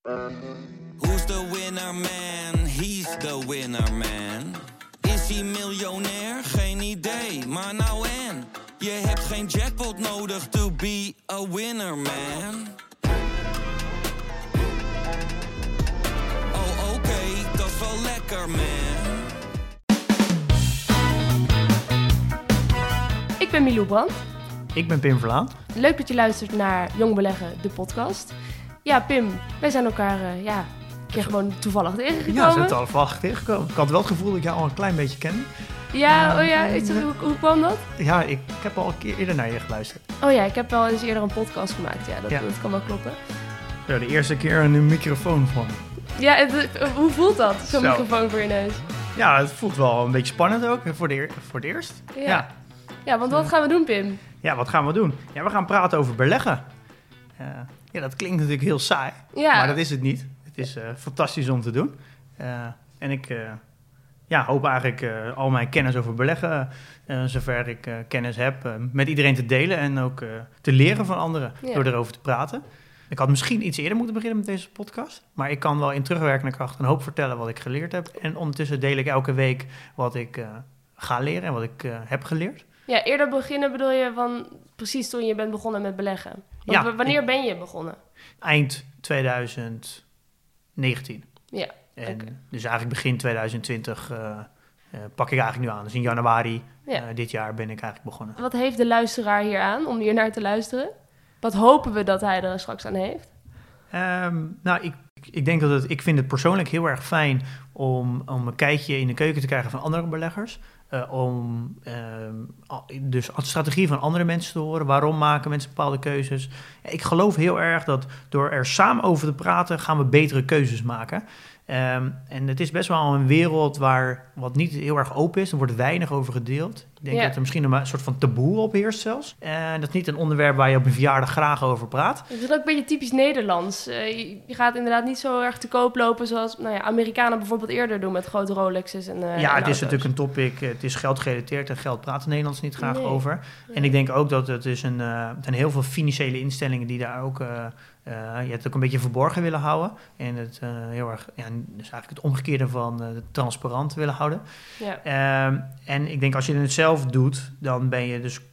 Who's the winner man? He's the winner man. Is hij miljonair? Geen idee, maar nou en. Je hebt geen jackpot nodig to be a winner man. Oh oké, dat is wel lekker man. Ik ben Milou Brandt. Ik ben Pim Verlaan. Leuk dat je luistert naar Jong Beleggen, de podcast. Ja, Pim, wij zijn elkaar een keer gewoon toevallig tegengekomen. Ja, we zijn toevallig tegengekomen. Ik had wel het gevoel dat ik jou al een klein beetje ken. Ja, hoe kwam dat? Ja, ik heb al een keer eerder naar je geluisterd. Oh ja, ik heb wel eens eerder een podcast gemaakt. Ja, dat kan wel kloppen. Ja, de eerste keer een microfoon voor me. Ja, hoe voelt dat, zo'n Zo. microfoon voor je neus? Ja, het voelt wel een beetje spannend ook, voor het eerst. Ja, want wat gaan we doen, Pim? Ja, wat gaan we doen? Ja, we gaan praten over beleggen. Ja, dat klinkt natuurlijk heel saai, Ja. maar dat is het niet. Het is fantastisch om te doen. En ik hoop eigenlijk al mijn kennis over beleggen, zover ik kennis heb, met iedereen te delen en ook te leren van anderen door erover te praten. Ik had misschien iets eerder moeten beginnen met deze podcast, maar ik kan wel in terugwerkende kracht een hoop vertellen wat ik geleerd heb. En ondertussen deel ik elke week wat ik ga leren en wat ik heb geleerd. Ja, eerder beginnen bedoel je van precies toen je bent begonnen met beleggen? Want wanneer ben je begonnen? Eind 2019. Ja, En oké. dus eigenlijk begin 2020 pak ik eigenlijk nu aan. Dus in januari dit jaar ben ik eigenlijk begonnen. Wat heeft de luisteraar hier aan om hier naar te luisteren? Wat hopen we dat hij er straks aan heeft? Ik denk dat ik vind het persoonlijk heel erg fijn om een kijkje in de keuken te krijgen van andere beleggers. Om dus de strategie van andere mensen te horen. Waarom maken mensen bepaalde keuzes? Ja, ik geloof heel erg dat door er samen over te praten gaan we betere keuzes maken. En het is best wel een wereld wat niet heel erg open is. Er wordt weinig over gedeeld. Ik denk dat er misschien een soort van taboe op heerst zelfs. En dat is niet een onderwerp waar je op een verjaardag graag over praat. Het is ook een beetje typisch Nederlands. Je gaat inderdaad niet zo erg te koop lopen zoals Amerikanen bijvoorbeeld eerder doen met grote Rolexes. En het auto's. Is natuurlijk een topic. Het is geldgerelateerd en geld praten Nederlands niet graag over. Ja. En ik denk ook dat het is er zijn heel veel financiële instellingen die daar ook je het ook een beetje verborgen willen houden. En het heel erg, dus eigenlijk het omgekeerde van transparant willen houden. Ja. En ik denk als je het zelf doet, dan ben je dus,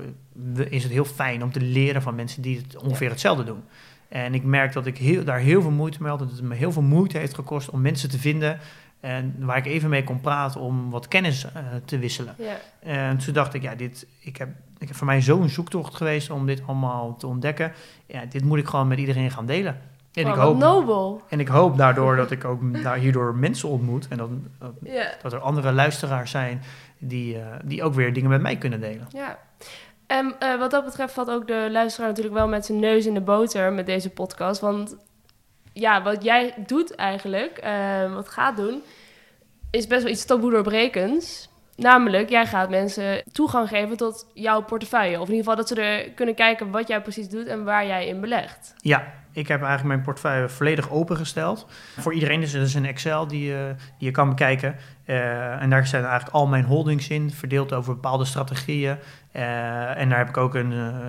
is het heel fijn om te leren van mensen die het ongeveer hetzelfde doen. En ik merk dat ik daar heel veel moeite mee had, dat het me heel veel moeite heeft gekost om mensen te vinden en waar ik even mee kon praten om wat kennis te wisselen. Ja. En toen dacht ik, ik heb voor mij zo'n zoektocht geweest om dit allemaal te ontdekken. Ja, dit moet ik gewoon met iedereen gaan delen. En Wat nobel. En ik hoop daardoor dat ik ook hierdoor mensen ontmoet en dat er andere luisteraars zijn die ook weer dingen met mij kunnen delen. Ja. En wat dat betreft valt ook de luisteraar natuurlijk wel met zijn neus in de boter met deze podcast. Want ja, wat jij doet eigenlijk, wat gaat doen, is best wel iets taboe doorbrekends. Namelijk, jij gaat mensen toegang geven tot jouw portefeuille. Of in ieder geval dat ze er kunnen kijken wat jij precies doet en waar jij in belegt. Ja, ik heb eigenlijk mijn portefeuille volledig opengesteld. Voor iedereen is er dus een Excel die je kan bekijken. En daar zijn eigenlijk al mijn holdings in, verdeeld over bepaalde strategieën. En daar heb ik ook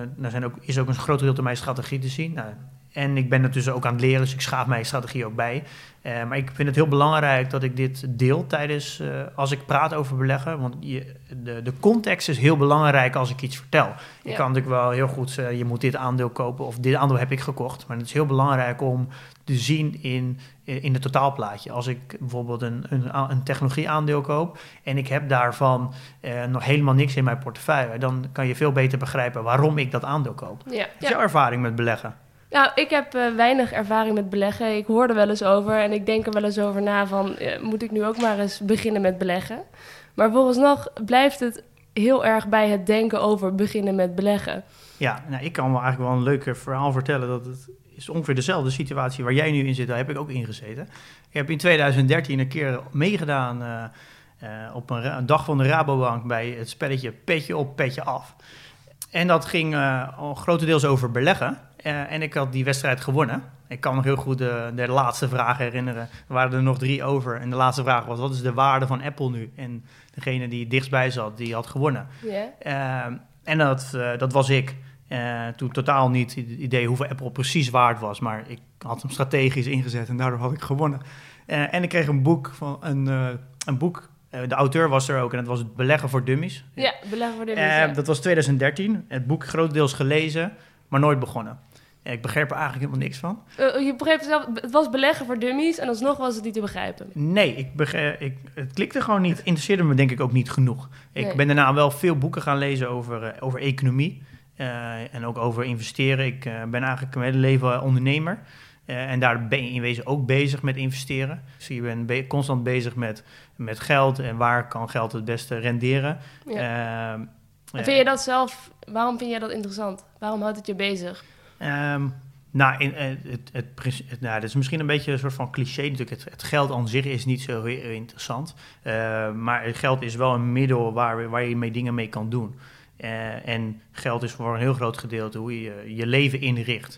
is ook een groot deel van mijn strategie te zien. En ik ben het dus ook aan het leren, dus ik schaaf mijn strategie ook bij. Maar ik vind het heel belangrijk dat ik dit deel tijdens, als ik praat over beleggen. Want de context is heel belangrijk als ik iets vertel. Ja. Ik kan natuurlijk wel heel goed zeggen, je moet dit aandeel kopen of dit aandeel heb ik gekocht. Maar het is heel belangrijk om te zien in het totaalplaatje. Als ik bijvoorbeeld een technologieaandeel koop en ik heb daarvan nog helemaal niks in mijn portefeuille, dan kan je veel beter begrijpen waarom ik dat aandeel koop. Ja. Wat is jouw ervaring met beleggen? Nou, ik heb weinig ervaring met beleggen. Ik hoor er wel eens over en ik denk er wel eens over na van, moet ik nu ook maar eens beginnen met beleggen? Maar vooralsnog blijft het heel erg bij het denken over beginnen met beleggen. Ja, ik kan wel eigenlijk wel een leuk verhaal vertellen. Dat het is ongeveer dezelfde situatie waar jij nu in zit, daar heb ik ook in gezeten. Ik heb in 2013 een keer meegedaan op een dag van de Rabobank bij het spelletje Petje op, Petje af. En dat ging al grotendeels over beleggen. En ik had die wedstrijd gewonnen. Ik kan nog heel goed de laatste vraag herinneren. Er waren er nog 3 over. En de laatste vraag was, wat is de waarde van Apple nu? En degene die het dichtstbij zat, die had gewonnen. Yeah. En dat was ik. Toen totaal niet het idee hoeveel Apple precies waard was. Maar ik had hem strategisch ingezet en daardoor had ik gewonnen. En ik kreeg een boek een boek. De auteur was er ook en dat was het Beleggen voor Dummies. Ja, Beleggen voor Dummies, ja. Dat was 2013. Het boek grotendeels gelezen, maar nooit begonnen. Ik begreep er eigenlijk helemaal niks van. Je begreep zelf, het was Beleggen voor Dummies en alsnog was het niet te begrijpen. Nee, het klikte gewoon niet. Interesseerde me denk ik ook niet genoeg. Ik ben daarna wel veel boeken gaan lezen over economie en ook over investeren. Ik ben eigenlijk mijn hele leven ondernemer. En daar ben je in wezen ook bezig met investeren. Dus je bent constant bezig met geld en waar kan geld het beste renderen. Ja. En vind je dat zelf, waarom vind jij dat interessant? Waarom houdt het je bezig? Dat is misschien een beetje een soort van cliché natuurlijk. Het geld aan zich is niet zo heel interessant. Maar het geld is wel een middel waar je dingen mee kan doen. En geld is voor een heel groot gedeelte hoe je je leven inricht.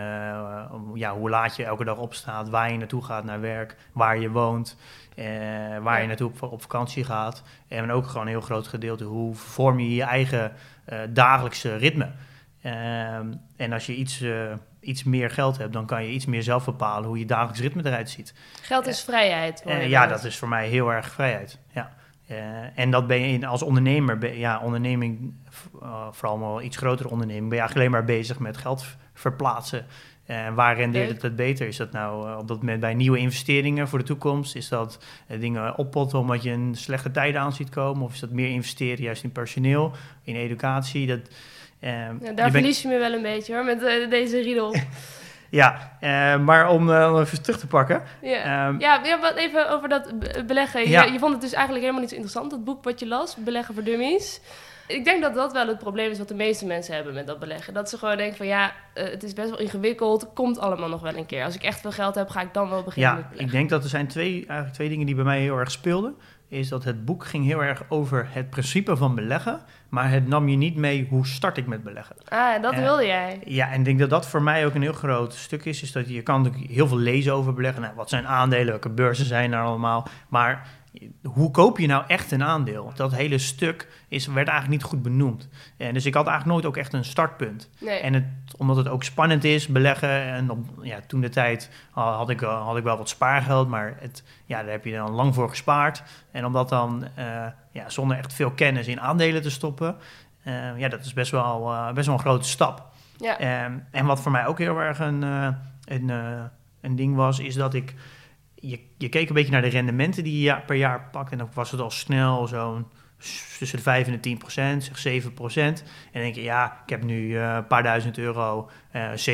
Hoe laat je elke dag opstaat, waar je naartoe gaat naar werk, waar je woont, waar je naartoe op vakantie gaat. En ook gewoon een heel groot gedeelte hoe vorm je je eigen dagelijkse ritme. En als je iets meer geld hebt, dan kan je iets meer zelf bepalen hoe je dagelijks ritme eruit ziet. Geld is vrijheid. Dat is voor mij heel erg vrijheid. Ja. En dat ben je als ondernemer, onderneming, vooral wel iets grotere onderneming, ben je eigenlijk alleen maar bezig met geld verplaatsen. Waar rendeert het beter? Is dat nou op dat moment bij nieuwe investeringen voor de toekomst? Is dat dingen oppotten omdat je een slechte tijden aan ziet komen? Of is dat meer investeren juist in personeel, in educatie? Daar verlies je me wel een beetje hoor, met deze riedel. Maar om even terug te pakken. Wat even over dat beleggen. Ja. Je vond het dus eigenlijk helemaal niet zo interessant, dat boek wat je las, Beleggen voor Dummies. Ik denk dat dat wel het probleem is wat de meeste mensen hebben met dat beleggen. Dat ze gewoon denken van het is best wel ingewikkeld, komt allemaal nog wel een keer. Als ik echt veel geld heb, ga ik dan wel beginnen met beleggen. Ik denk dat er zijn twee dingen die bij mij heel erg speelden. Is dat het boek ging heel erg over het principe van beleggen, maar het nam je niet mee hoe start ik met beleggen. Dat wilde jij. Ja, en ik denk dat dat voor mij ook een heel groot stuk is dat je kan natuurlijk heel veel lezen over beleggen. Nou, wat zijn aandelen, welke beurzen zijn er allemaal, maar hoe koop je nou echt een aandeel? Dat hele stuk werd eigenlijk niet goed benoemd. En dus ik had eigenlijk nooit ook echt een startpunt. Nee. En omdat het ook spannend is, beleggen. En toen de tijd had ik wel wat spaargeld, maar daar heb je dan lang voor gespaard. En om dat dan zonder echt veel kennis in aandelen te stoppen, dat is best wel een grote stap. Ja. En wat voor mij ook heel erg een ding was, is dat je keek een beetje naar de rendementen die je per jaar pakt. En dan was het al snel zo'n tussen de 5 en de 10%, zeg 7%. En dan denk je, ik heb nu een paar duizend euro, 7%.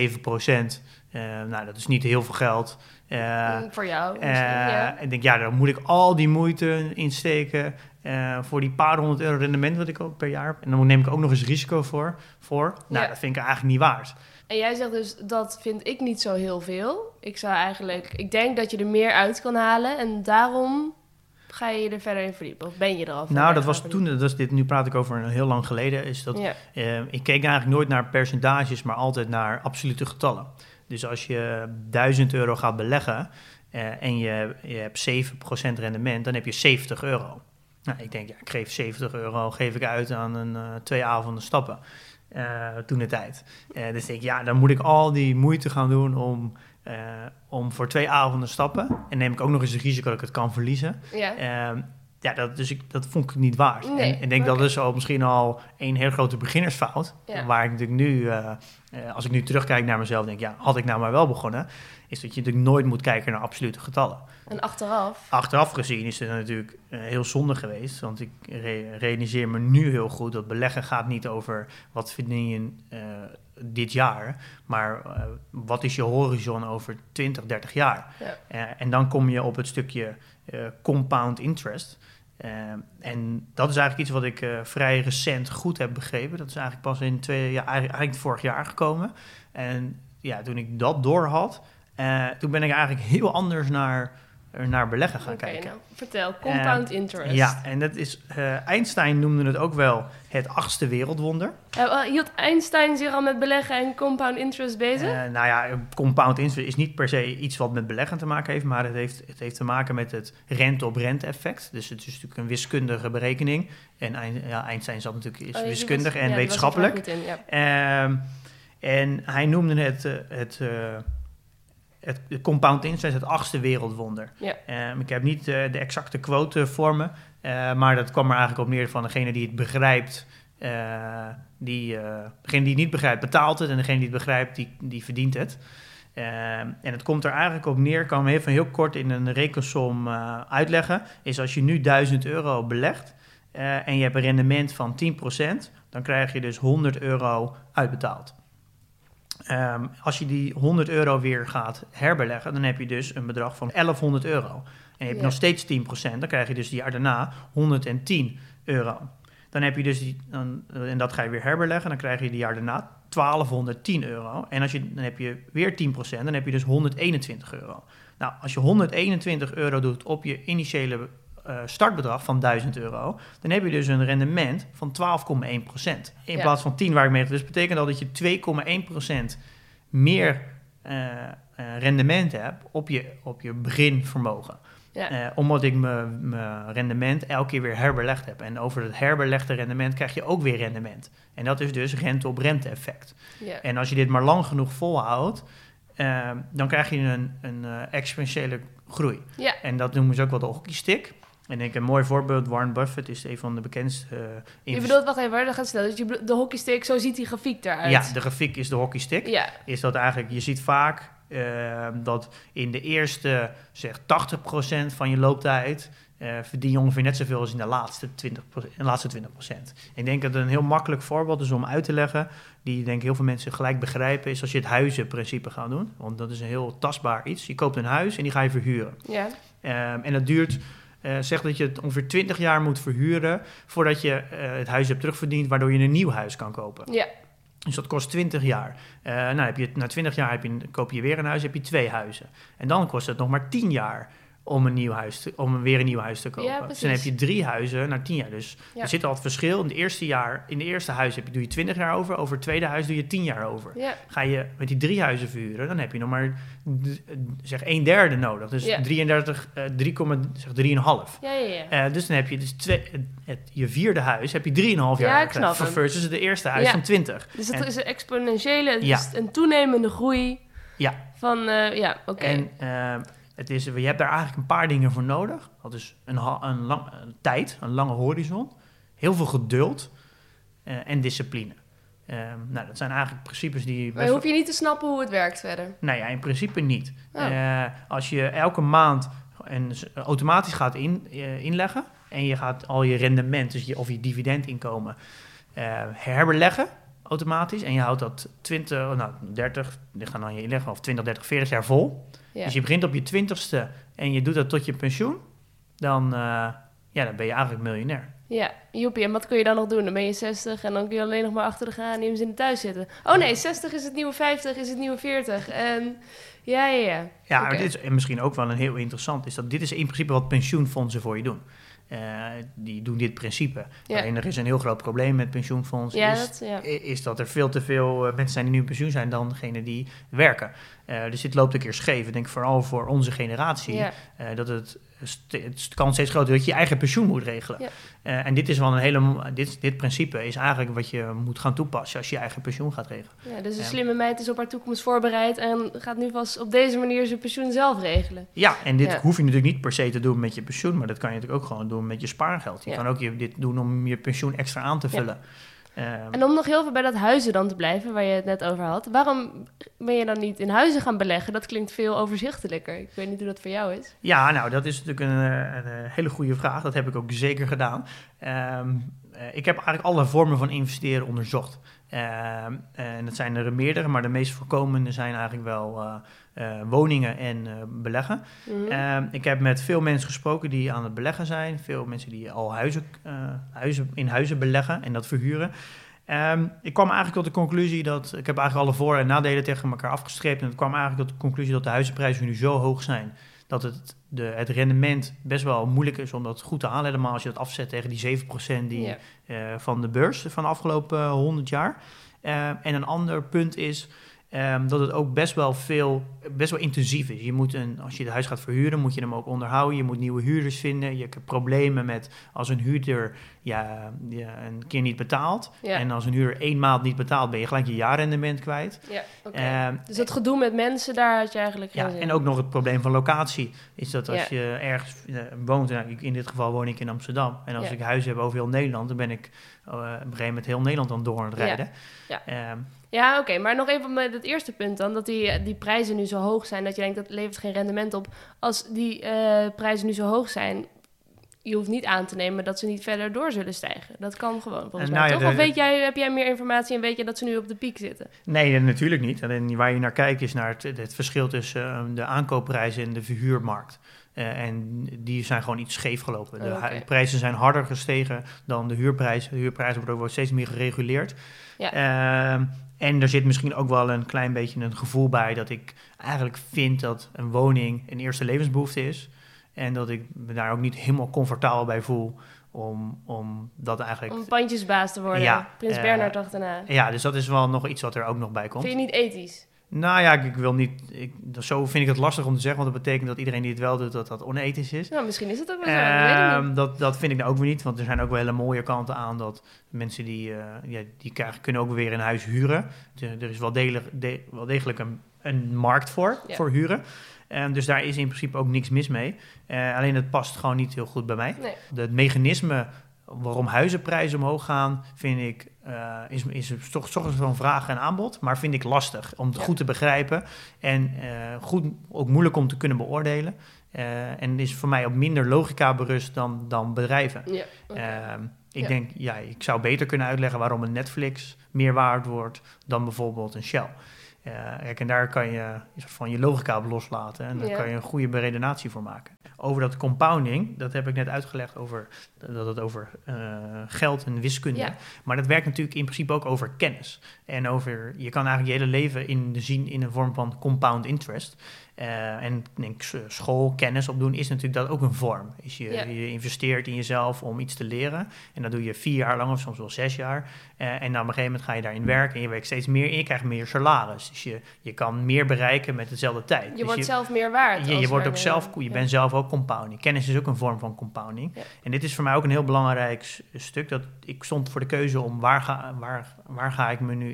Dat is niet heel veel geld. Voor jou. Ik denk, dan moet ik al die moeite insteken voor die paar honderd euro rendement wat ik ook per jaar heb. En dan neem ik ook nog eens risico voor. Dat vind ik eigenlijk niet waard. En jij zegt dus, dat vind ik niet zo heel veel. Ik denk dat je er meer uit kan halen en daarom ga je er verder in verdiepen. Of ben je er al? Nou, dat was toen, nu praat ik over een heel lang geleden, is dat ik keek eigenlijk nooit naar percentages, maar altijd naar absolute getallen. Dus als je 1.000 euro gaat beleggen en je hebt 7% rendement, dan heb je 70 euro. Nou, ik denk, ik geef 70 euro uit aan 2 avonden stappen. Toen de tijd. Dus denk ik, dan moet ik al die moeite gaan doen om voor 2 avonden stappen. En neem ik ook nog eens het risico dat ik het kan verliezen. Dat vond ik niet waard. Nee, en ik denk dat is misschien al een heel grote beginnersfout. Waar ik natuurlijk nu, als ik nu terugkijk naar mezelf, denk had ik nou maar wel begonnen. Is dat je natuurlijk nooit moet kijken naar absolute getallen. En achteraf? Achteraf gezien is het natuurlijk heel zonde geweest. Want ik realiseer me nu heel goed dat beleggen gaat niet over wat verdien je dit jaar. Maar wat is je horizon over 20, 30 jaar? Ja. En dan kom je op het stukje compound interest. En dat is eigenlijk iets wat ik vrij recent goed heb begrepen. Dat is eigenlijk pas in eigenlijk vorig jaar gekomen. En toen ik dat door had, toen ben ik eigenlijk heel anders naar naar beleggen gaan kijken. Nou, vertel, compound interest. Ja, en dat is, Einstein noemde het ook wel het 8e wereldwonder. Hield Einstein zich al met beleggen en compound interest bezig? Compound interest is niet per se iets wat met beleggen te maken heeft, maar het heeft te maken met het rente-op-rente effect. Dus het is natuurlijk een wiskundige berekening. En Einstein is wiskundig en wetenschappelijk. En hij noemde het compound interest het 8e wereldwonder. Ja. Ik heb niet de exacte quote voor me, maar dat kwam er eigenlijk op neer van degene die het begrijpt. Degene die het niet begrijpt betaalt het en degene die het begrijpt, die verdient het. En het komt er eigenlijk op neer, kan ik even heel kort in een rekensom uitleggen, is als je nu €1000 belegt en je hebt een rendement van 10%, dan krijg je dus €100 uitbetaald. Als je die €100 weer gaat herbeleggen, dan heb je dus een bedrag van €1100. En heb je nog steeds 10%, dan krijg je dus die jaar daarna €110. Dan heb je dus en dat ga je weer herbeleggen, dan krijg je die jaar daarna €1210. En dan heb je weer 10%, dan heb je dus €121. Nou, als je €121 doet op je initiële startbedrag van €1000, dan heb je dus een rendement van 12,1%. In plaats van 10 waar ik mee heb. Dus dat betekent al dat je 2,1% meer rendement hebt op je beginvermogen. Ja. Omdat ik mijn rendement elke keer weer herbelegd heb. En over het herbelegde rendement krijg je ook weer rendement. En dat is dus rente-op-rente effect. Ja. En als je dit maar lang genoeg volhoudt, dan krijg je een exponentiële groei. Ja. En dat noemen ze ook wel de hockeystick. En ik denk een mooi voorbeeld, Warren Buffett is een van de bekendste Je bedoelt, wacht even, dat gaat snel. Dus de hockeystick, zo ziet die grafiek eruit. Ja, de grafiek is de hockeystick. Ja. Is dat eigenlijk, je ziet vaak dat in de eerste 80% van je looptijd verdien je ongeveer net zoveel als in de laatste 20%. Ik denk dat het een heel makkelijk voorbeeld is om uit te leggen, die denk ik heel veel mensen gelijk begrijpen, is als je het huizenprincipe gaat doen. Want dat is een heel tastbaar iets. Je koopt een huis en die ga je verhuren. Ja. En dat duurt, zegt dat je het ongeveer 20 jaar moet verhuren voordat je het huis hebt terugverdiend, waardoor je een nieuw huis kan kopen. Ja. Dus dat kost 20 jaar. Na 20 jaar koop je weer een huis, heb je 2 huizen. En dan kost het nog maar 10 jaar om weer een nieuw huis te kopen. Ja, dus dan heb je 3 huizen na 10 jaar. Dus er zit al het verschil. In de eerste huis doe je 20 jaar over. Over het tweede huis doe je 10 jaar over. Ja. Ga je met die 3 huizen verhuren, dan heb je nog maar 1/3 nodig. Dus 3,5. Ja. Dus dan heb je je 4e huis, heb je 3,5 jaar versus de eerste huis van 20. Dus dat is een exponentiële, een toenemende groei van, oké. Je hebt daar eigenlijk een paar dingen voor nodig. Dat is een lange horizon, heel veel geduld en discipline. Dat zijn eigenlijk principes die... Maar hoef je niet te snappen hoe het werkt verder? Nou ja, in principe niet. Als je elke maand automatisch gaat inleggen en je gaat al je rendement, dus of je dividendinkomen, herbeleggen automatisch en je houdt dat 30, dit gaan dan je inleggen, of 20, 30, 40 jaar vol. Ja. Dus je begint op je 20ste en je doet dat tot je pensioen, dan ben je eigenlijk miljonair. Ja, joepie, en wat kun je dan nog doen? Dan ben je 60 en dan kun je alleen nog maar achter de geraniums in de thuis zitten. Oh nee, 60 is het nieuwe 50, is het nieuwe 40. En ja. Ja, okay. Maar dit is misschien ook wel een heel interessant, is dat dit is in principe wat pensioenfondsen voor je doen. Die doen dit principe. Ja. Alleen er is een heel groot probleem met pensioenfondsen. Is dat er veel te veel mensen zijn die nu in pensioen zijn dan degene die werken. Dus dit loopt een keer scheef. Ik denk vooral voor onze generatie dat het kan steeds groter dat je je eigen pensioen moet regelen. Ja. En dit is wel dit principe is eigenlijk wat je moet gaan toepassen als je eigen pensioen gaat regelen. Ja, dus een slimme meid is op haar toekomst voorbereid en gaat nu vast op deze manier zijn pensioen zelf regelen. Ja, en dit hoef je natuurlijk niet per se te doen met je pensioen, maar dat kan je natuurlijk ook gewoon doen met je spaargeld. Je kan ook dit doen om je pensioen extra aan te vullen. En om nog heel veel bij dat huizen dan te blijven, waar je het net over had. Waarom ben je dan niet in huizen gaan beleggen? Dat klinkt veel overzichtelijker. Ik weet niet hoe dat voor jou is. Ja, nou, dat is natuurlijk een hele goede vraag. Dat heb ik ook zeker gedaan. Ik heb eigenlijk alle vormen van investeren onderzocht. En dat zijn er meerdere, maar de meest voorkomende zijn eigenlijk wel woningen en beleggen. Mm-hmm. Ik heb met veel mensen gesproken die aan het beleggen zijn. Veel mensen die al huizen beleggen en dat verhuren. Ik kwam eigenlijk tot de conclusie dat... Ik heb eigenlijk alle voor- en nadelen tegen elkaar afgestreept. En ik kwam eigenlijk tot de conclusie dat de huizenprijzen nu zo hoog zijn dat het rendement best wel moeilijk is om dat goed te halen. Helemaal als je dat afzet tegen die 7% van de beurs van de afgelopen 100 jaar. En een ander punt is dat het ook best wel intensief is. Als je het huis gaat verhuren, moet je hem ook onderhouden. Je moet nieuwe huurders vinden. Je hebt problemen met als een huurder een keer niet betaalt. Ja. En als een huurder 1 maand niet betaalt, ben je gelijk je jaarrendement kwijt. Ja, okay. Dus dat gedoe met mensen, daar had je eigenlijk geen zin in. En ook nog het probleem van locatie. Is dat als je ergens woont, in dit geval woon ik in Amsterdam. En als ik huizen heb over heel Nederland, dan ben ik op een gegeven moment heel Nederland aan door aan het rijden. Ja. Oké, maar nog even met het eerste punt dan, dat die prijzen nu zo hoog zijn, dat je denkt dat levert geen rendement op. Als die prijzen nu zo hoog zijn, je hoeft niet aan te nemen dat ze niet verder door zullen stijgen. Dat kan gewoon volgens mij, toch? Of heb jij meer informatie en weet je dat ze nu op de piek zitten? Nee, natuurlijk niet. Alleen waar je naar kijkt is naar het verschil tussen de aankoopprijzen en de verhuurmarkt. En die zijn gewoon iets scheef gelopen. De prijzen zijn harder gestegen dan de huurprijzen. De huurprijzen worden ook steeds meer gereguleerd. Ja. En er zit misschien ook wel een klein beetje een gevoel bij dat ik eigenlijk vind dat een woning een eerste levensbehoefte is. En dat ik me daar ook niet helemaal comfortabel bij voel om dat eigenlijk... Om pandjesbaas te worden, ja, Prins Bernhard achterna. Ja, dus dat is wel nog iets wat er ook nog bij komt. Vind je niet ethisch? Nou ja, ik wil niet... Zo vind ik het lastig om te zeggen, want dat betekent dat iedereen die het wel doet, dat onethisch is. Nou, misschien is het ook wel zo, weet ik niet. Dat vind ik nou ook weer niet, want er zijn ook wel hele mooie kanten aan dat mensen die kunnen ook weer een huis huren. Er is wel degelijk een markt voor huren. Dus daar is in principe ook niks mis mee. Alleen het past gewoon niet heel goed bij mij. Nee. Het mechanisme waarom huizenprijzen omhoog gaan, vind ik, is toch zo'n vraag en aanbod, maar vind ik lastig om het goed te begrijpen en ook moeilijk om te kunnen beoordelen. En is voor mij op minder logica berust dan bedrijven. Ja, ik denk, ik zou beter kunnen uitleggen waarom een Netflix meer waard wordt dan bijvoorbeeld een Shell. En daar kan je van je logica op loslaten en daar kan je een goede beredenatie voor maken. Over dat compounding, dat heb ik net uitgelegd dat het over geld en wiskunde. Ja. Maar dat werkt natuurlijk in principe ook over kennis. En je kan eigenlijk je hele leven zien in een vorm van compound interest. En ik denk, school, kennis opdoen is natuurlijk dat ook een vorm. Je investeert in jezelf om iets te leren. En dat doe je 4 jaar lang of soms wel 6 jaar. En dan op een gegeven moment ga je daarin werken en je werkt steeds meer en je krijgt meer salaris. Dus je kan meer bereiken met dezelfde tijd. Je wordt zelf meer waard. Je wordt ook zelf, je bent zelf ook compounding. Kennis is ook een vorm van compounding. Ja. En dit is voor mij ook een heel belangrijk stuk. Dat ik stond voor de keuze om waar ga ik me nu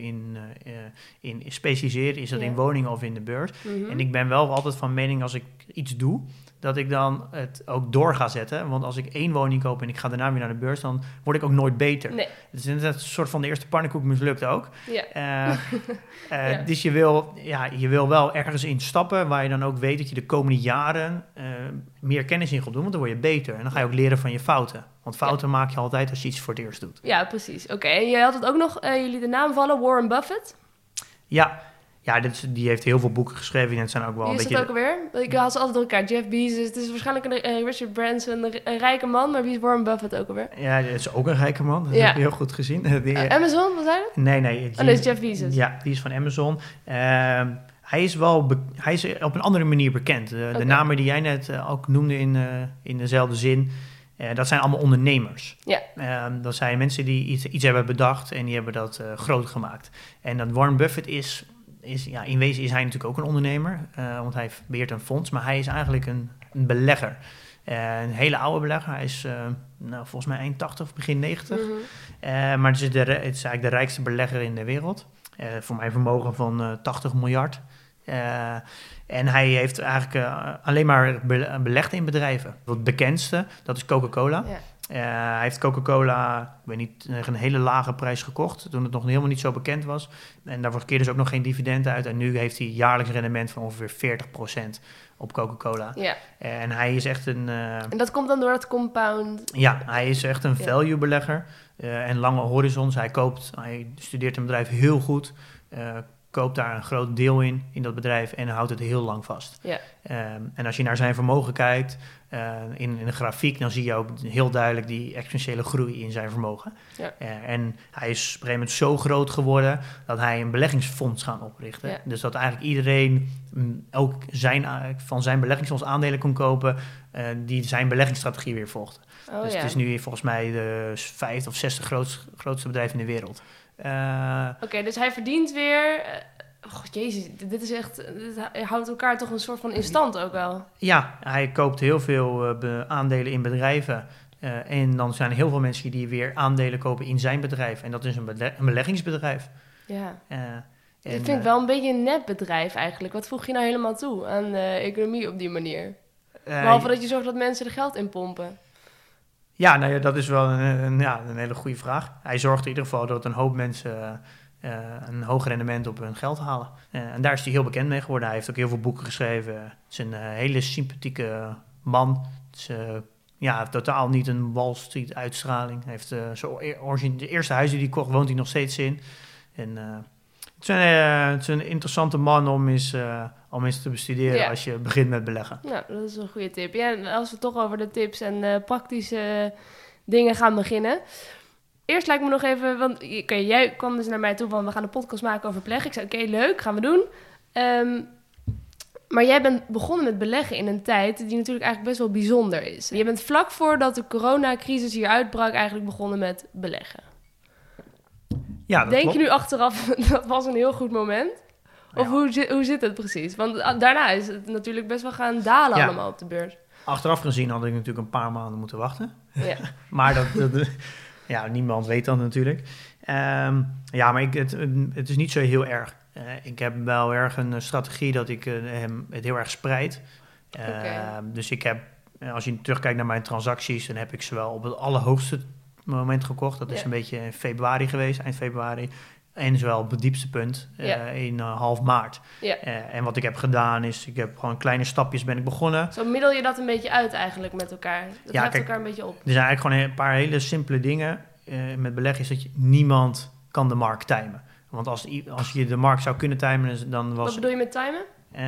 in specialiseren? Is dat in woningen of in de beurs? Mm-hmm. En ik ben wel altijd van mening als ik iets doe, dat ik dan het ook door ga zetten. Want als ik 1 woning koop en ik ga daarna weer naar de beurs, dan word ik ook nooit beter. Nee. Het is inderdaad een soort van de eerste pannenkoek mislukt ook. Ja. Dus je wil wel ergens in stappen waar je dan ook weet dat je de komende jaren meer kennis in gaat doen, want dan word je beter. En dan ga je ook leren van je fouten. Want fouten maak je altijd als je iets voor het eerst doet. Ja, precies. Oké. En je had het ook nog, jullie de naam vallen, Warren Buffett? Ja, die heeft heel veel boeken geschreven. En het zijn ook wel wie is dat ook alweer? Ik had ze altijd door elkaar. Jeff Bezos. Het is waarschijnlijk een Richard Branson, een rijke man. Maar wie is Warren Buffett ook alweer? Ja, dat is ook een rijke man. Dat heb je heel goed gezien. Amazon, wat zei je? Nee. Dat is Jeff Bezos. Ja, die is van Amazon. Hij is op een andere manier bekend. De namen die jij net ook noemde in dezelfde zin, dat zijn allemaal ondernemers. Ja. Dat zijn mensen die iets hebben bedacht en die hebben dat groot gemaakt. En dat Warren Buffett in wezen is hij natuurlijk ook een ondernemer, want hij beheert een fonds, maar hij is eigenlijk een belegger. Een hele oude belegger. Hij is volgens mij eind 80 of begin 90. Mm-hmm. Maar het is eigenlijk de rijkste belegger in de wereld. Voor mijn vermogen van 80 miljard. En hij heeft eigenlijk alleen maar belegd in bedrijven. Het bekendste, dat is Coca-Cola. Ja. Hij heeft Coca-Cola, ik weet niet, een hele lage prijs gekocht, toen het nog helemaal niet zo bekend was. En daarvoor keerde dus ook nog geen dividend uit. En nu heeft hij jaarlijks rendement van ongeveer 40% op Coca-Cola. Ja. En hij is echt een... En dat komt dan door het compound? Ja, hij is echt een value-belegger en lange horizons. Hij studeert een bedrijf heel goed, koopt daar een groot deel in dat bedrijf en houdt het heel lang vast. Ja. En als je naar zijn vermogen kijkt, in de grafiek, dan zie je ook heel duidelijk die exponentiële groei in zijn vermogen. Ja. En hij is op een gegeven moment zo groot geworden dat hij een beleggingsfonds gaat oprichten. Ja. Dus dat eigenlijk iedereen ook van zijn beleggingsfonds aandelen kon kopen die zijn beleggingsstrategie weer volgde. Dus het is nu volgens mij de 5 of 60 grootste bedrijf in de wereld. Oké, dus hij verdient weer... jezus, dit is echt... Dit houdt elkaar toch een soort van in stand ook wel. Ja, hij koopt heel veel aandelen in bedrijven. En dan zijn er heel veel mensen die weer aandelen kopen in zijn bedrijf. En dat is een beleggingsbedrijf. Ja. Dat vind ik wel een beetje een nepbedrijf eigenlijk. Wat voeg je nou helemaal toe aan economie op die manier? Behalve dat je zorgt dat mensen er geld in pompen. Ja, nou ja, dat is wel een hele goede vraag. Hij zorgt in ieder geval dat een hoop mensen een hoog rendement op hun geld halen. En daar is hij heel bekend mee geworden. Hij heeft ook heel veel boeken geschreven. Het is een hele sympathieke man. Het is totaal niet een Wall Street uitstraling. Hij heeft de eerste huis die hij kocht, woont hij nog steeds in. En het is een interessante man om eens te bestuderen als je begint met beleggen. Nou, dat is een goede tip. Ja, en als we toch over de tips en praktische dingen gaan beginnen. Eerst lijkt me nog even, want jij kwam dus naar mij toe van we gaan een podcast maken over beleggen. Ik zei oké, leuk, gaan we doen. Maar jij bent begonnen met beleggen in een tijd die natuurlijk eigenlijk best wel bijzonder is. Je bent vlak voordat de coronacrisis hier uitbrak eigenlijk begonnen met beleggen. Ja, dat Denk klopt. je nu achteraf, dat was een heel goed moment? Of hoe zit het precies? Want daarna is het natuurlijk best wel gaan dalen allemaal op de beurs. Achteraf gezien had ik natuurlijk een paar maanden moeten wachten. Ja. Maar niemand weet dat natuurlijk. Maar het is niet zo heel erg. Ik heb wel erg een strategie dat ik hem het heel erg spreid. Dus ik heb, als je terugkijkt naar mijn transacties, dan heb ik ze wel op het allerhoogste moment gekocht. Dat is een beetje in februari geweest, eind februari. En zowel op het diepste punt in half maart. Ja. En wat ik heb gedaan is, ik heb gewoon kleine stapjes ben ik begonnen. Zo middel je dat een beetje uit eigenlijk met elkaar. Dat heft elkaar een beetje op. Er zijn eigenlijk gewoon een paar hele simpele dingen met beleggen. Is dat niemand kan de markt timen. Want als je de markt zou kunnen timen, dan was... Wat bedoel je met timen?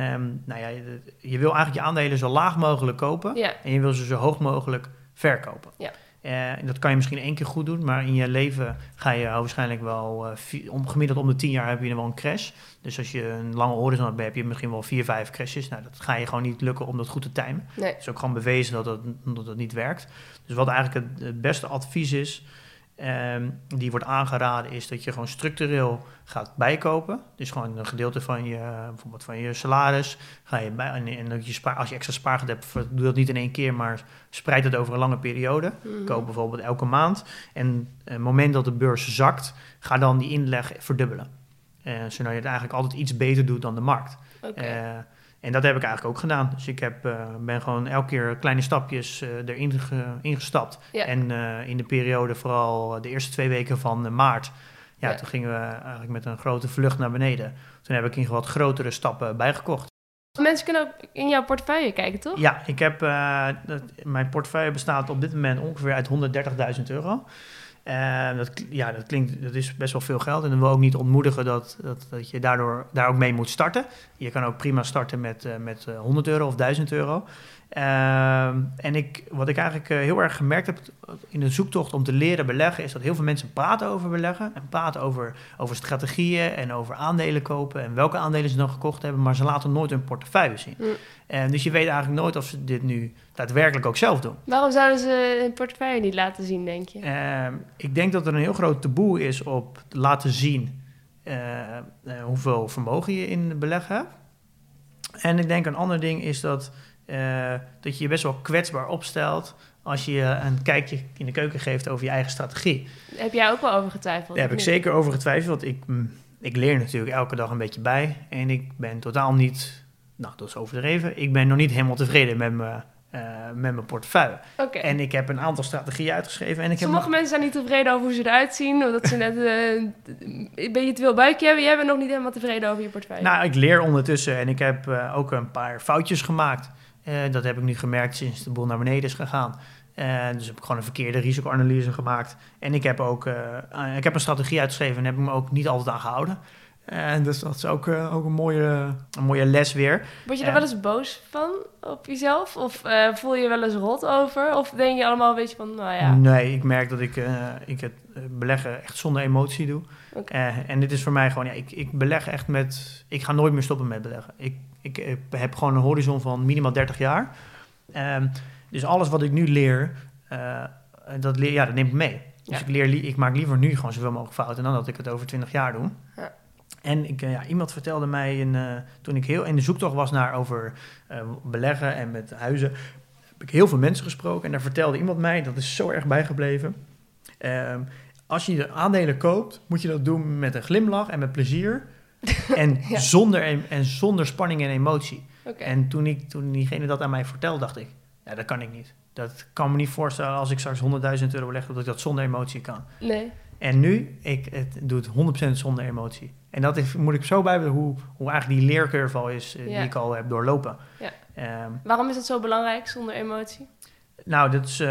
Je wil eigenlijk je aandelen zo laag mogelijk kopen. Ja. En je wil ze zo hoog mogelijk verkopen. Ja. Dat kan je misschien 1 keer goed doen, maar in je leven ga je waarschijnlijk wel... gemiddeld om de 10 jaar heb je wel een crash. Dus als je een lange horizon hebt, heb je misschien wel 4, 5 crashes. Nou, dat ga je gewoon niet lukken om dat goed te timen. Nee. Het is ook gewoon bewezen dat het niet werkt. Dus wat eigenlijk het beste advies is... die wordt aangeraden is dat je gewoon structureel gaat bijkopen. Dus gewoon een gedeelte van bijvoorbeeld van je salaris ga je bij en dat je als je extra spaargeld hebt, doe dat niet in 1 keer, maar spreid het over een lange periode. Koop bijvoorbeeld elke maand en het moment dat de beurs zakt, ga dan die inleg verdubbelen. Zodat je het eigenlijk altijd iets beter doet dan de markt. Okay. En dat heb ik eigenlijk ook gedaan. Dus ik ben gewoon elke keer kleine stapjes erin ingestapt. Ja. En in de periode, vooral de eerste 2 weken van maart... toen gingen we eigenlijk met een grote vlucht naar beneden. Toen heb ik in wat grotere stappen bijgekocht. Mensen kunnen ook in jouw portefeuille kijken, toch? Ja, ik heb, mijn portefeuille bestaat op dit moment ongeveer uit €130.000. Dat is best wel veel geld. En dan wil ik ook niet ontmoedigen dat je daar ook mee moet starten. Je kan ook prima starten met €100 of €1.000. Wat ik eigenlijk heel erg gemerkt heb in de zoektocht om te leren beleggen, is dat heel veel mensen praten over beleggen en praten over strategieën en over aandelen kopen en welke aandelen ze dan gekocht hebben, maar ze laten nooit hun portefeuille zien. Dus je weet eigenlijk nooit of ze dit nu daadwerkelijk ook zelf doen. Waarom zouden ze hun portefeuille niet laten zien, denk je? Ik denk dat er een heel groot taboe is op laten zien hoeveel vermogen je in beleggen hebt. En ik denk een ander ding is dat je je best wel kwetsbaar opstelt als je een kijkje in de keuken geeft over je eigen strategie. Heb jij ook wel over getwijfeld? Daar heb ik zeker over getwijfeld. Ik leer natuurlijk elke dag een beetje bij. En ik ben totaal niet, dat is overdreven, ik ben nog niet helemaal tevreden met mijn portefeuille. Okay. En ik heb een aantal strategieën uitgeschreven. En Sommige mensen zijn niet tevreden over hoe ze eruit zien. Of dat ze net een beetje te veel buikje hebben. Jij bent nog niet helemaal tevreden over je portefeuille. Nou, ik leer ondertussen en ik heb ook een paar foutjes gemaakt. Dat heb ik nu gemerkt sinds de boel naar beneden is gegaan. Dus heb ik gewoon een verkeerde risicoanalyse gemaakt. En ik heb ook een strategie uitgeschreven en heb ik me ook niet altijd aan gehouden. En dus dat is ook een mooie les weer. Word je er wel eens boos van op jezelf? Of voel je je wel eens rot over? Of denk je allemaal een beetje van, nou ja... Nee, ik merk dat ik het beleggen echt zonder emotie doe. Okay. En dit is voor mij gewoon, ik beleg echt met... Ik ga nooit meer stoppen met beleggen. Ik heb gewoon een horizon van minimaal 30 jaar. Dus alles wat ik nu leer, dat neem ik mee. Dus ik maak liever nu gewoon zoveel mogelijk fouten dan dat ik het over 20 jaar doe. Ja. En iemand vertelde mij, toen ik heel in de zoektocht was naar over beleggen en met huizen, heb ik heel veel mensen gesproken. En daar vertelde iemand mij, dat is zo erg bijgebleven. Als je de aandelen koopt, moet je dat doen met een glimlach en met plezier. En, zonder spanning en emotie. Okay. En toen diegene dat aan mij vertelde, dacht ik, ja, dat kan ik niet. Dat kan me niet voorstellen als ik straks €100.000 beleg, dat ik dat zonder emotie kan. Nee. En nu, ik doe het 100% zonder emotie. En dat moet ik zo bijbelen hoe eigenlijk die leercurve al is die ik al heb doorlopen. Ja. Waarom is het zo belangrijk, zonder emotie? Nou, dat is...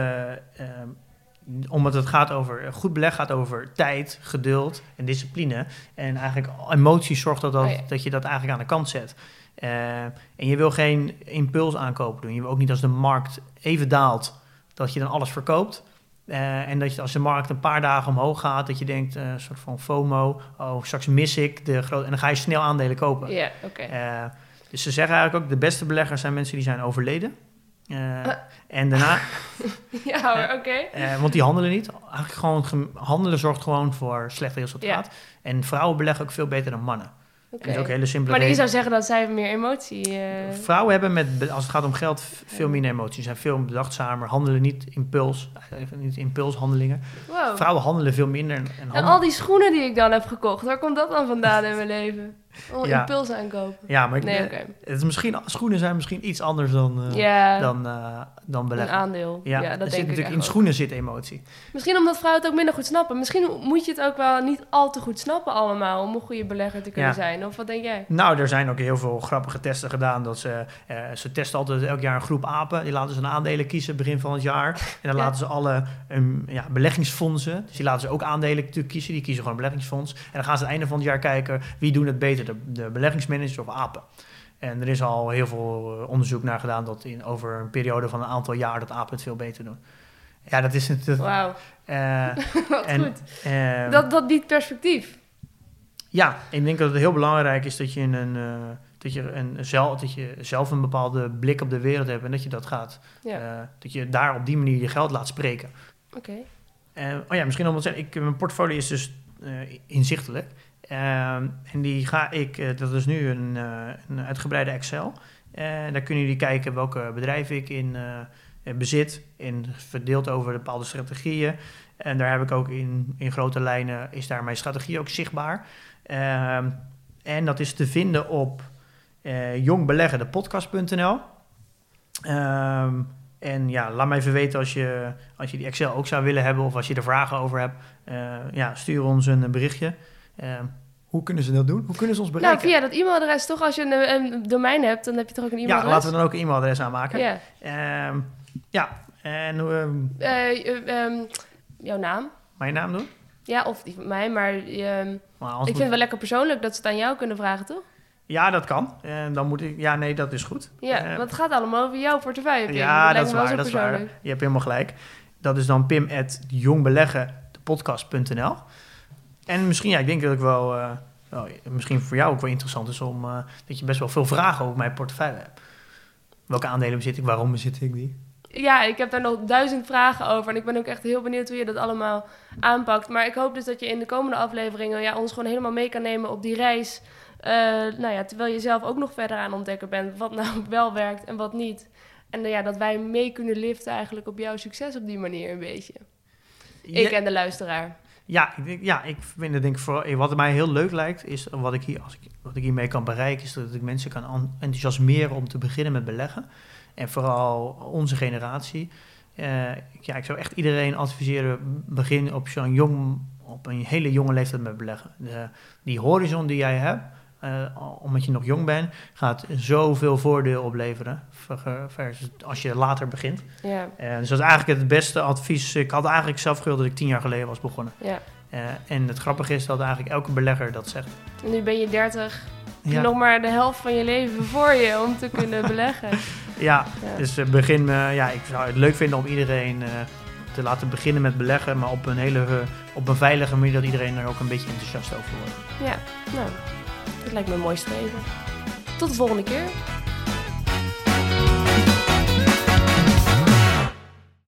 omdat het gaat over... Goed beleg gaat over tijd, geduld en discipline. En eigenlijk emotie zorgt dat je dat eigenlijk aan de kant zet. En je wil geen impuls aankopen doen. Je wil ook niet als de markt even daalt, dat je dan alles verkoopt. En dat je als de markt een paar dagen omhoog gaat, dat je denkt, een soort van FOMO, straks mis ik de grote... En dan ga je snel aandelen kopen. Ja, oké. Dus ze zeggen eigenlijk ook, de beste beleggers zijn mensen die zijn overleden. En daarna... Ja, oké. Want die handelen niet. Eigenlijk gewoon handelen zorgt gewoon voor slecht resultaat. Ja. En vrouwen beleggen ook veel beter dan mannen. Okay. Dat is ook een hele simpele maar je reden. zou zeggen dat zij meer emotie... Vrouwen hebben als het gaat om geld veel minder emotie. Ze zijn veel bedachtzamer, handelen niet impulshandelingen. Wow. Vrouwen handelen veel minder. En al die schoenen die ik dan heb gekocht, waar komt dat dan vandaan in mijn leven? Impuls aankopen. Ja, maar het is misschien, schoenen zijn misschien iets anders dan beleggen. Een aandeel. Ja, dat denk zit natuurlijk ik in schoenen zit emotie. Misschien omdat vrouwen het ook minder goed snappen. Misschien moet je het ook wel niet al te goed snappen allemaal om een goede belegger te kunnen zijn. Of wat denk jij? Nou, er zijn ook heel veel grappige testen gedaan. Dat ze testen altijd elk jaar een groep apen. Die laten ze een aandelen kiezen begin van het jaar. En dan laten ze alle beleggingsfondsen. Dus die laten ze ook aandelen kiezen. Die kiezen gewoon een beleggingsfonds. En dan gaan ze aan het einde van het jaar kijken wie doen het beter. De beleggingsmanagers of apen. En er is al heel veel onderzoek naar gedaan dat over een periode van een aantal jaar dat apen het veel beter doen. Ja, dat is het. Wauw. Wat goed. Dat biedt perspectief. Ja, ik denk dat het heel belangrijk is dat je zelf een bepaalde blik op de wereld hebt en dat je dat gaat. Dat je daar op die manier je geld laat spreken. Oké. Misschien om te zeggen, mijn portfolio is dus inzichtelijk. En die ga ik, dat is nu een uitgebreide Excel. Daar kunnen jullie kijken welke bedrijven ik in bezit. Verdeeld over bepaalde strategieën. En daar heb ik ook in grote lijnen, is daar mijn strategie ook zichtbaar. En dat is te vinden op jongbeleggendepodcast.nl. En laat mij even weten als je die Excel ook zou willen hebben of als je er vragen over hebt. Stuur ons een berichtje. Hoe kunnen ze dat doen? Hoe kunnen ze ons bereiken? Nou, via dat e-mailadres toch? Als je een domein hebt, dan heb je toch ook een e-mailadres? Ja, laten we dan ook een e-mailadres aanmaken. Jouw naam? Mijn naam doen? Ja, of die van mij, maar ik vind het wel lekker persoonlijk dat ze het aan jou kunnen vragen, toch? Ja, dat kan. En dan moet ik... Ja, nee, dat is goed. Ja, want het gaat allemaal over jouw portefeuille. Ja, dat is waar. Je hebt helemaal gelijk. Dat is dan pim@jongbeleggendepodcast.nl. En misschien, ik denk dat ik wel... misschien voor jou ook wel interessant is dat je best wel veel vragen over mijn portefeuille hebt. Welke aandelen bezit ik? Waarom bezit ik die? Ja, ik heb daar nog 1000 vragen over. En ik ben ook echt heel benieuwd hoe je dat allemaal aanpakt. Maar ik hoop dus dat je in de komende afleveringen ons gewoon helemaal mee kan nemen op die reis. Terwijl je zelf ook nog verder aan ontdekken bent wat nou wel werkt en wat niet. En dat wij mee kunnen liften eigenlijk op jouw succes op die manier een beetje. Ik en de luisteraar. Ik vind het denk ik wat mij heel leuk lijkt, is wat ik hiermee kan bereiken, is dat ik mensen kan enthousiasmeren om te beginnen met beleggen. En vooral onze generatie. Ik zou echt iedereen adviseren, begin op een hele jonge leeftijd met beleggen. Die horizon die jij hebt, omdat je nog jong bent, gaat zoveel voordeel opleveren versus als je later begint. Ja. Dus dat is eigenlijk het beste advies. Ik had eigenlijk zelf gewild dat ik 10 jaar geleden was begonnen. Ja. En het grappige is dat eigenlijk elke belegger dat zegt. En nu ben je 30. Ja. Nog maar de helft van je leven voor je om te kunnen beleggen. Ja, dus ik zou het leuk vinden om iedereen te laten beginnen met beleggen, maar op een veilige manier dat iedereen er ook een beetje enthousiast over wordt. Ja, nou, dat lijkt me een mooi streven. Tot de volgende keer.